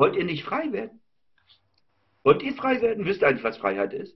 Wollt ihr nicht frei werden? Wollt ihr frei werden? Wisst ihr eigentlich, was Freiheit ist?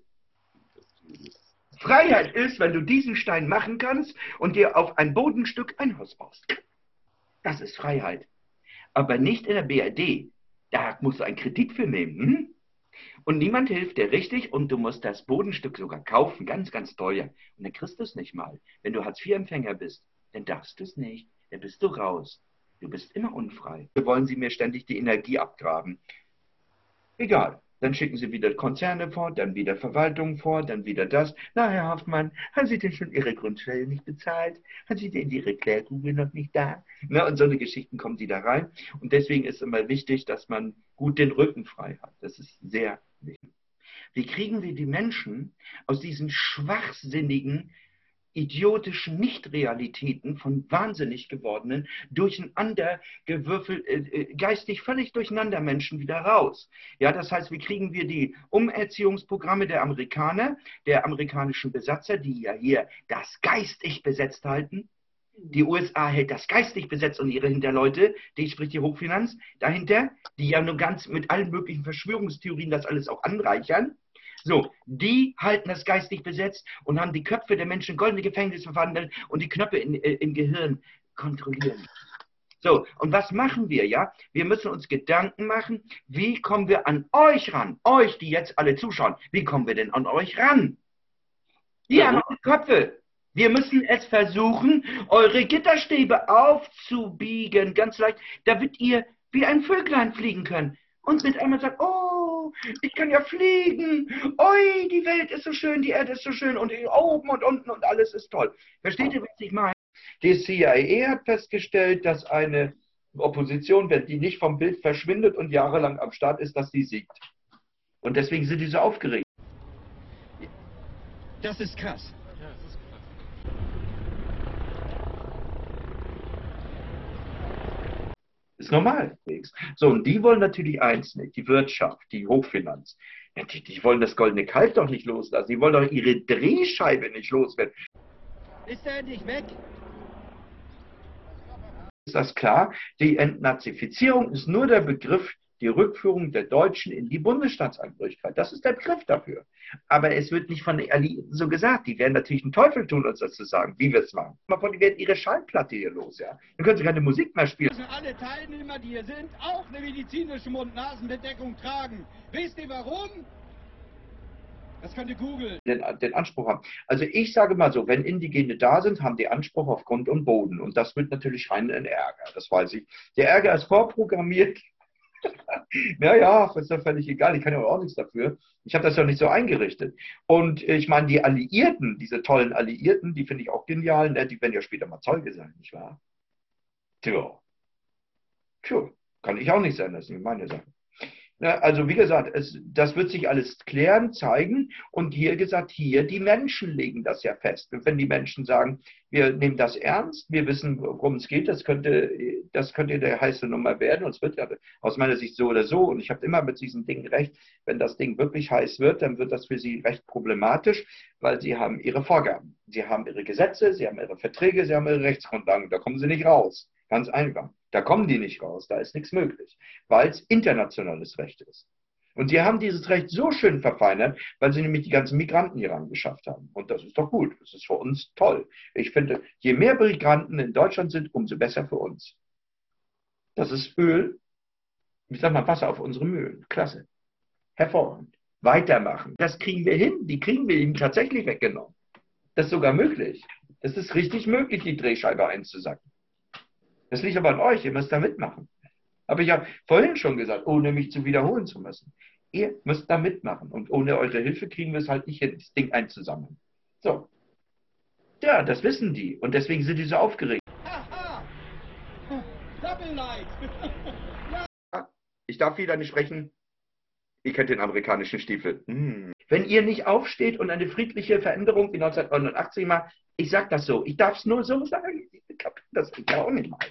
Freiheit ist, wenn du diesen Stein machen kannst und dir auf ein Bodenstück ein Haus baust. Das ist Freiheit. Aber nicht in der BRD. Da musst du einen Kredit für nehmen. Hm? Und niemand hilft dir richtig und du musst das Bodenstück sogar kaufen, ganz, ganz teuer. Und dann kriegst du es nicht mal. Wenn du Hartz-IV-Empfänger bist, dann darfst du es nicht. Dann bist du raus. Du bist immer unfrei. Wollen sie mir ständig die Energie abgraben? Egal. Dann schicken sie wieder Konzerne vor, dann wieder Verwaltungen vor, dann wieder das. Na, Herr Hoffmann, haben Sie denn schon Ihre Grundsteuer nicht bezahlt? Haben Sie denn Ihre Klärkugel noch nicht da? Na, und so eine Geschichten kommen die da rein. Und deswegen ist immer wichtig, dass man gut den Rücken frei hat. Das ist sehr wichtig. Wie kriegen wir die Menschen aus diesen schwachsinnigen, idiotischen Nichtrealitäten von wahnsinnig gewordenen, durcheinander geistig völlig durcheinander Menschen wieder raus? Ja, das heißt, wie kriegen wir die Umerziehungsprogramme der Amerikaner, der amerikanischen Besatzer, die ja hier das geistig besetzt halten? Die USA hält das geistig besetzt und ihre Hinterleute, die spricht die Hochfinanz dahinter, die ja nur ganz mit allen möglichen Verschwörungstheorien das alles auch anreichern. So, die halten das geistig besetzt und haben die Köpfe der Menschen in goldene Gefängnisse verwandelt und die Knöpfe im Gehirn kontrollieren. So, und was machen wir, ja? Wir müssen uns Gedanken machen, wie kommen wir an euch ran? Euch, die jetzt alle zuschauen, wie kommen wir denn an euch ran? Ihr an eure Köpfe. Wir müssen es versuchen, eure Gitterstäbe aufzubiegen, ganz leicht, damit ihr wie ein Vöglein fliegen könnt. Und mit einmal sagt, oh, ich kann ja fliegen. Oi, die Welt ist so schön, die Erde ist so schön und oben und unten und alles ist toll. Versteht ihr, was ich meine? Die CIA hat festgestellt, dass eine Opposition, wenn die nicht vom Bild verschwindet und jahrelang am Start ist, dass die siegt. Und deswegen sind die so aufgeregt. Das ist krass. Ist normal. So, und die wollen natürlich eins nicht, die Wirtschaft, die Hochfinanz. Ja, die wollen das goldene Kalb doch nicht loslassen. Die wollen doch ihre Drehscheibe nicht loswerden. Ist er endlich weg? Ist das klar? Die Entnazifizierung ist nur der Begriff, die Rückführung der Deutschen in die Bundesstaatsangehörigkeit. Das ist der Begriff dafür. Aber es wird nicht von den Alliierten so gesagt. Die werden natürlich einen Teufel tun, uns das zu sagen, wie wir es machen. Die werden ihre Schallplatte hier los, ja. Dann können sie keine Musik mehr spielen. Müssen alle Teilnehmer, die hier sind, auch eine medizinische Mund-Nasen-Bedeckung tragen. Wisst ihr warum? Das könnt ihr googeln. Den Anspruch haben. Also ich sage mal so, wenn Indigene da sind, haben die Anspruch auf Grund und Boden. Und das wird natürlich rein in Ärger, das weiß ich. Der Ärger ist vorprogrammiert. Naja, ist ja völlig egal, ich kann ja auch nichts dafür. Ich habe das ja nicht so eingerichtet. Und ich meine, die Alliierten, diese tollen Alliierten, die finde ich auch genial, ne? Die werden ja später mal Zeuge sein, nicht wahr? Tja, kann ich auch nicht sein, das ist nicht meine Sache. Ja, also wie gesagt, das wird sich alles klären, zeigen und hier gesagt, hier die Menschen legen das ja fest. Und wenn die Menschen sagen, wir nehmen das ernst, wir wissen, worum es geht, das könnte der heiße Nummer werden und es wird ja aus meiner Sicht so oder so und ich habe immer mit diesen Dingen recht, wenn das Ding wirklich heiß wird, dann wird das für sie recht problematisch, weil sie haben ihre Vorgaben, sie haben ihre Gesetze, sie haben ihre Verträge, sie haben ihre Rechtsgrundlagen, da kommen sie nicht raus. Ganz einfach. Da kommen die nicht raus, da ist nichts möglich, weil es internationales Recht ist. Und sie haben dieses Recht so schön verfeinert, weil sie nämlich die ganzen Migranten hier rangeschafft haben. Und das ist doch gut, das ist für uns toll. Ich finde, je mehr Migranten in Deutschland sind, umso besser für uns. Das ist Öl, wie sagt man, Wasser auf unsere Mühlen. Klasse. Hervorragend. Weitermachen. Das kriegen wir hin, die kriegen wir ihnen tatsächlich weggenommen. Das ist sogar möglich. Das ist richtig möglich, die Drehscheibe einzusacken. Das liegt aber an euch, ihr müsst da mitmachen. Habe ich ja vorhin schon gesagt, ohne mich zu wiederholen zu müssen. Ihr müsst da mitmachen und ohne eure Hilfe kriegen wir es halt nicht hin, das Ding einzusammeln. So. Ja, das wissen die und deswegen sind die so aufgeregt. Haha! Double Light! Ich darf wieder nicht sprechen. Ihr kennt den amerikanischen Stiefel. Wenn ihr nicht aufsteht und eine friedliche Veränderung wie 1989 macht, ich sag das so, ich darf es nur so sagen, das kann ich auch nicht mal.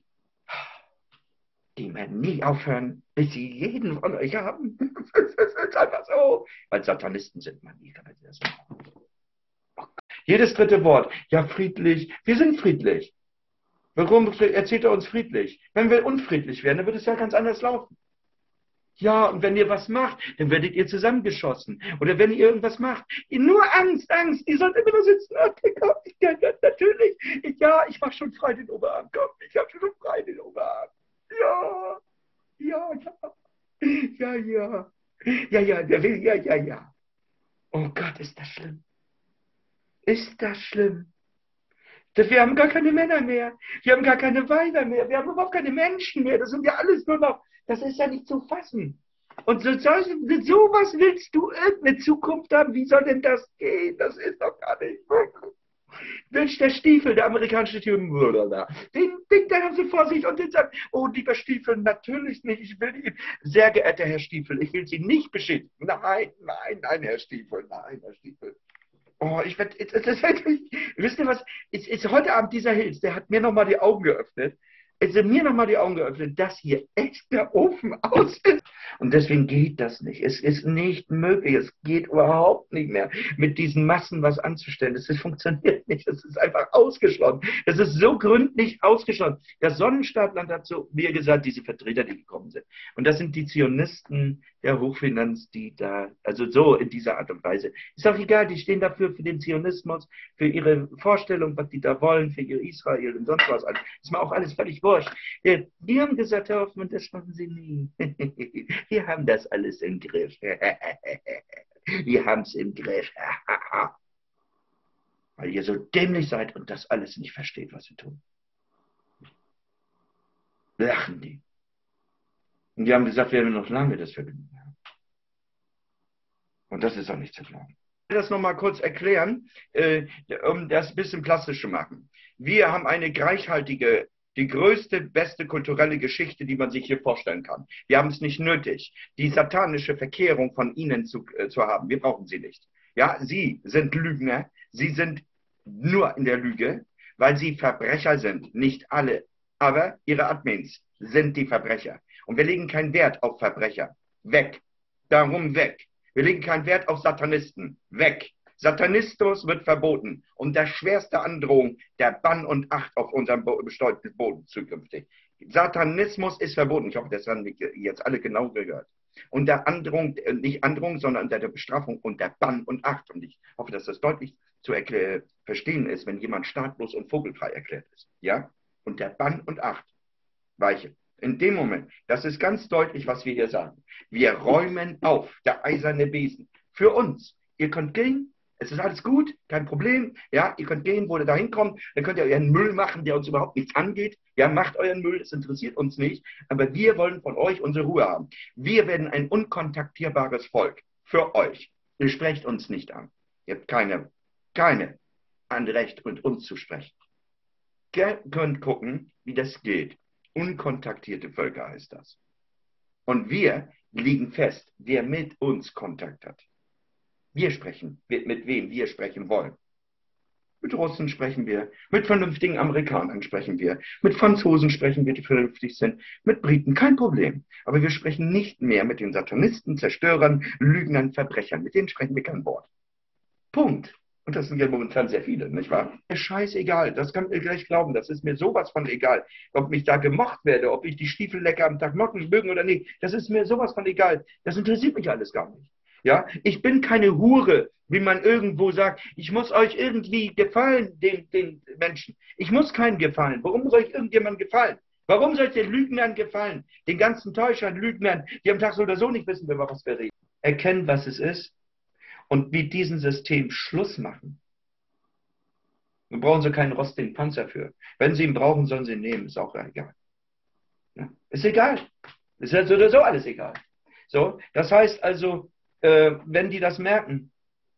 Die werden nie aufhören, bis sie jeden von euch haben. Das ist einfach so. Weil Satanisten sind, man. Wie kann man das machen? Jedes dritte Wort. Ja, friedlich. Wir sind friedlich. Warum erzählt er uns friedlich? Wenn wir unfriedlich wären, dann würde es ja ganz anders laufen. Ja, und wenn ihr was macht, dann werdet ihr zusammengeschossen. Oder wenn ihr irgendwas macht, nur Angst, Angst. Ihr sollt immer nur sitzen. Okay, komm, ja, natürlich. Ja, ich mach schon frei den Oberarm. Komm, ich hab schon frei den Oberarm. Ja, ja, ja, ja, ja. Ja, ja, der will, ja, ja, ja. Oh Gott, ist das schlimm. Ist das schlimm? Wir haben gar keine Männer mehr. Wir haben gar keine Weiber mehr. Wir haben überhaupt keine Menschen mehr. Das sind ja alles nur noch, das ist ja nicht zu fassen. Und mit sowas willst du irgendeine Zukunft haben? Wie soll denn das gehen? Das ist doch gar nicht möglich. Mensch, der Stiefel, der amerikanische Stiefel, den haben Sie vor sich und den sagt, oh, lieber Stiefel, natürlich nicht, ich will Ihnen, sehr geehrter Herr Stiefel, ich will Sie nicht beschädigen. Nein, nein, nein, Herr Stiefel, nein, Herr Stiefel. Oh, wisst ihr was, ist heute Abend dieser Hills, der hat mir nochmal die Augen geöffnet, dass hier echt der Ofen aus ist. Und deswegen geht das nicht. Es ist nicht möglich. Es geht überhaupt nicht mehr, mit diesen Massen was anzustellen. Es funktioniert nicht. Es ist einfach ausgeschlossen. Es ist so gründlich ausgeschlossen. Der Sonnenstaatland hat so mir gesagt, diese Vertreter, die gekommen sind. Und das sind die Zionisten der Hochfinanz, die da, also so in dieser Art und Weise. Ist auch egal, die stehen dafür, für den Zionismus, für ihre Vorstellung, was die da wollen, für ihr Israel und sonst was. Ist mir auch alles völlig wurscht. Die haben gesagt, Herr Hoffmann, das machen Sie nie. Wir haben das alles im Griff. Wir haben es im Griff. Weil ihr so dämlich seid und das alles nicht versteht, was wir tun. Lachen die. Und die haben gesagt, wir werden noch lange das Vergnügen haben. Und das ist auch nicht zu glauben. Ich will das nochmal kurz erklären, um das ein bisschen plastisch zu machen. Wir haben eine reichhaltige, die größte, beste kulturelle Geschichte, die man sich hier vorstellen kann. Wir haben es nicht nötig, die satanische Verkehrung von Ihnen zu haben. Wir brauchen sie nicht. Ja, Sie sind Lügner. Sie sind nur in der Lüge, weil Sie Verbrecher sind. Nicht alle. Aber Ihre Admins sind die Verbrecher. Und wir legen keinen Wert auf Verbrecher. Weg. Darum weg. Wir legen keinen Wert auf Satanisten. Weg. Satanismus wird verboten. Und der schwerste Androhung, der Bann und Acht auf unserem besteuerten Boden zukünftig. Satanismus ist verboten. Ich hoffe, das haben jetzt alle genau gehört. Unter Androhung, nicht Androhung, sondern unter der Bestrafung und der Bann und Acht. Und ich hoffe, dass das deutlich zu verstehen ist, wenn jemand staatlos und vogelfrei erklärt ist. Ja? Und der Bann und Acht. Weiche. In dem Moment, das ist ganz deutlich, was wir hier sagen. Wir räumen auf, der eiserne Besen. Für uns. Ihr könnt gehen, es ist alles gut, kein Problem. Ja, ihr könnt gehen, wo ihr da hinkommt. Dann könnt ihr euren Müll machen, der uns überhaupt nichts angeht. Ja, macht euren Müll, es interessiert uns nicht. Aber wir wollen von euch unsere Ruhe haben. Wir werden ein unkontaktierbares Volk. Für euch. Ihr sprecht uns nicht an. Ihr habt keine Anrecht, mit uns zu sprechen. Ihr könnt gucken, wie das geht. Unkontaktierte Völker heißt das. Und wir legen fest, wer mit uns Kontakt hat. Wir sprechen, mit wem wir sprechen wollen. Mit Russen sprechen wir, mit vernünftigen Amerikanern sprechen wir, mit Franzosen sprechen wir, die vernünftig sind, mit Briten, kein Problem. Aber wir sprechen nicht mehr mit den Satanisten, Zerstörern, Lügnern, Verbrechern. Mit denen sprechen wir kein Wort. Punkt. Und das sind ja momentan sehr viele, nicht wahr? Scheißegal, das könnt ihr gleich glauben, das ist mir sowas von egal. Ob ich da gemocht werde, ob ich die Stiefel lecker am Tag mögen oder nicht, das ist mir sowas von egal. Das interessiert mich alles gar nicht. Ja, ich bin keine Hure, wie man irgendwo sagt, ich muss euch irgendwie gefallen, den Menschen. Ich muss keinen gefallen. Warum soll ich irgendjemandem gefallen? Warum soll ich den Lügnern gefallen? Den ganzen Täuschern, Lügnern, die am Tag so oder so nicht wissen, über was wir reden. Erkennen, was es ist. Und mit diesem System Schluss machen. Da brauchen Sie keinen rostigen Panzer für. Wenn Sie ihn brauchen, sollen Sie ihn nehmen. Ist auch egal. Ja? Ist egal. Ist ja so oder so alles egal. So, das heißt also, wenn die das merken,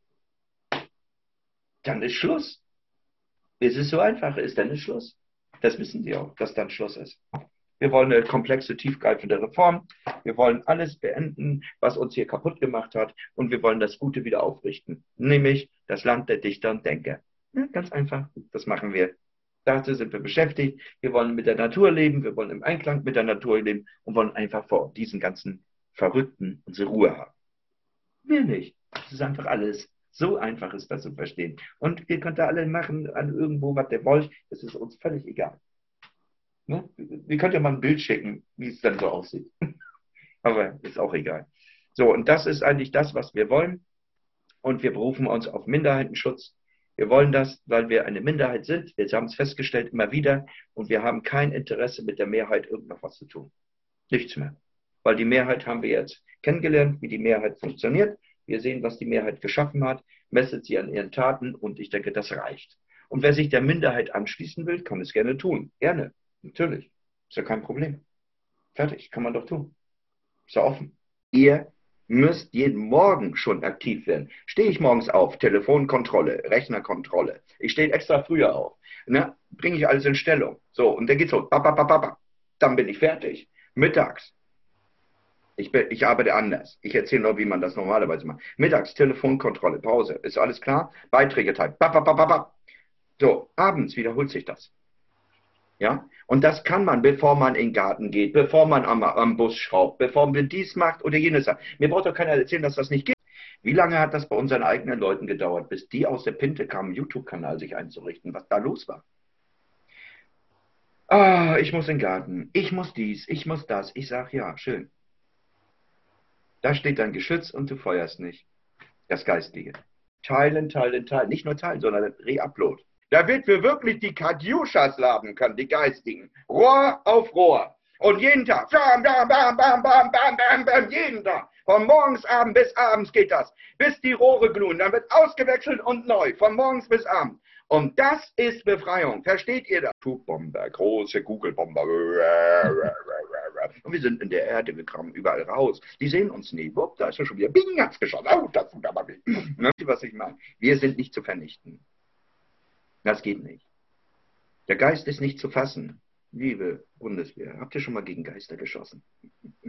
dann ist Schluss. Es ist so einfach, ist dann ist Schluss. Das wissen Sie auch, dass dann Schluss ist. Wir wollen eine komplexe, tiefgreifende Reform. Wir wollen alles beenden, was uns hier kaputt gemacht hat. Und wir wollen das Gute wieder aufrichten. Nämlich das Land der Dichter und Denker. Ja, ganz einfach. Das machen wir. Dazu sind wir beschäftigt. Wir wollen mit der Natur leben. Wir wollen im Einklang mit der Natur leben. Und wollen einfach vor diesen ganzen Verrückten unsere Ruhe haben. Mehr nicht. Das ist einfach alles. So einfach ist das zu verstehen. Und ihr könnt da alle machen, an irgendwo, was ihr wollt. Das ist uns völlig egal. Ne? Ihr könnt ja mal ein Bild schicken, wie es dann so aussieht. Aber ist auch egal. So, und das ist eigentlich das, was wir wollen. Und wir berufen uns auf Minderheitenschutz. Wir wollen das, weil wir eine Minderheit sind. Wir haben es festgestellt immer wieder. Und wir haben kein Interesse mit der Mehrheit irgendwas zu tun. Nichts mehr. Weil die Mehrheit haben wir jetzt kennengelernt, wie die Mehrheit funktioniert. Wir sehen, was die Mehrheit geschaffen hat, messet sie an ihren Taten und ich denke, das reicht. Und wer sich der Minderheit anschließen will, kann es gerne tun. Gerne. Natürlich. Ist ja kein Problem. Fertig. Kann man doch tun. Ist ja offen. Ihr müsst jeden Morgen schon aktiv werden. Stehe ich morgens auf, Telefonkontrolle, Rechnerkontrolle. Ich stehe extra früher auf. Ne? Bringe ich alles in Stellung. So, und dann geht's so. Dann bin ich fertig. Mittags. Ich arbeite anders. Ich erzähle nur, wie man das normalerweise macht. Mittags, Telefonkontrolle, Pause. Ist alles klar? Beiträge teilen. So, abends wiederholt sich das. Ja? Und das kann man, bevor man in den Garten geht, bevor man am Bus schraubt, bevor man dies macht oder jenes sagt. Mir braucht doch keiner erzählen, dass das nicht geht. Wie lange hat das bei unseren eigenen Leuten gedauert, bis die aus der Pinte kamen, einen YouTube-Kanal sich einzurichten, was da los war? Ah, ich muss in den Garten, ich muss dies, ich muss das. Ich sage, ja, schön. Da steht dein Geschütz und du feuerst nicht. Das Geistige. Teilen, teilen, teilen. Nicht nur teilen, sondern Reupload. Damit wir wirklich die Katjuschas laden können, die Geistigen. Rohr auf Rohr. Und jeden Tag. Bam, bam, bam, bam, bam, bam, bam, bam, jeden Tag. Von morgens Abend bis abends geht das. Bis die Rohre glühen. Dann wird ausgewechselt und neu. Von morgens bis abends. Und das ist Befreiung. Versteht ihr das? Tugbomber, große Kugelbomber. Und wir sind in der Erde, wir kamen überall raus. Die sehen uns nie. Wupp, da ist er schon wieder. Bing, hat's geschossen. Oh, das tut aber weh. Ne? Was ich meine? Wir sind nicht zu vernichten. Das geht nicht. Der Geist ist nicht zu fassen. Liebe Bundeswehr, habt ihr schon mal gegen Geister geschossen?